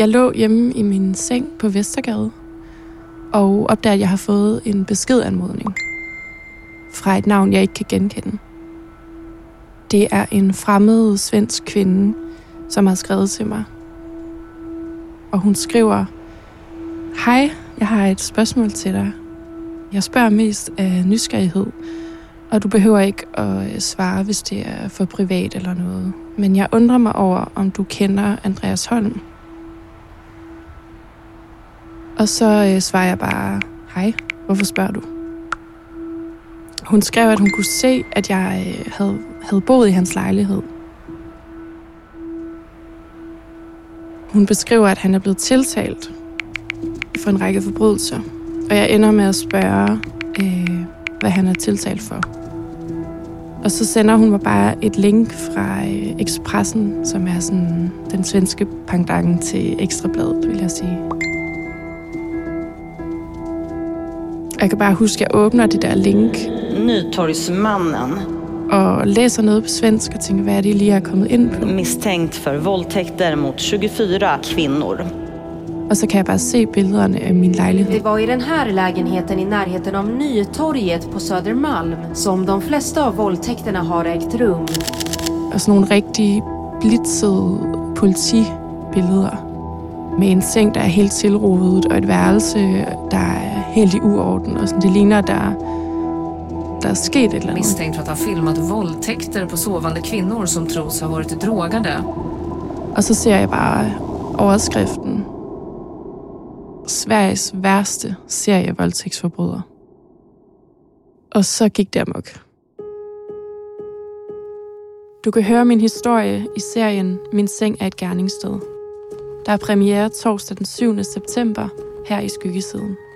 Jeg lå hjemme i min seng på Vestergade og opdagede, at jeg har fået en beskedanmodning fra et navn, jeg ikke kan genkende. Det er en fremmed svensk kvinde, som har skrevet til mig. Og hun skriver: Hej, jeg har et spørgsmål til dig. Jeg spørger mest af nysgerrighed, og du behøver ikke at svare, hvis det er for privat eller noget. Men jeg undrer mig over, om du kender Andreas Holm. Og så svarer jeg bare: Hej, hvorfor spørger du? Hun skrev, at hun kunne se, at jeg havde boet i hans lejlighed. Hun beskriver, at han er blevet tiltalt for en række forbrydelser. Og jeg ender med at spørge, hvad han er tiltalt for. Og så sender hun mig bare et link fra Expressen, som er sådan den svenske pendant til Ekstrabladet, vil jeg sige. Jeg kan bare huske, at jeg åbner det der link. Nytorgsmannen. Og læser noget på svensk og tænker, hvad er det lige er kommet ind på? Misstänkt för våldtäkter mot 24 kvinnor. Og så kan jeg bare se billederne af min lejlighed. Det var i den här lägenheten i närheten av Nytorget på Södermalm som de flesta av våldtäkterna har ägt rum. Og sådan nogle rigtig blitzede politibilleder. Med en seng, der er helt tilrodet, og et værelse, der er helt i uorden. Og sådan, det ligner, der er sket et eller andet. Misstänkt för att ha filmat våldtäkter på sovande kvinnor som tros ha varit drogade. Og så ser jeg bare overskriften: Sveriges værste serievoldtægtsforbryder. Og så gik det amok. Du kan høre min historie i serien Min seng er et gerningssted. Der er premiere torsdag den 7. september her i Skyggesiden.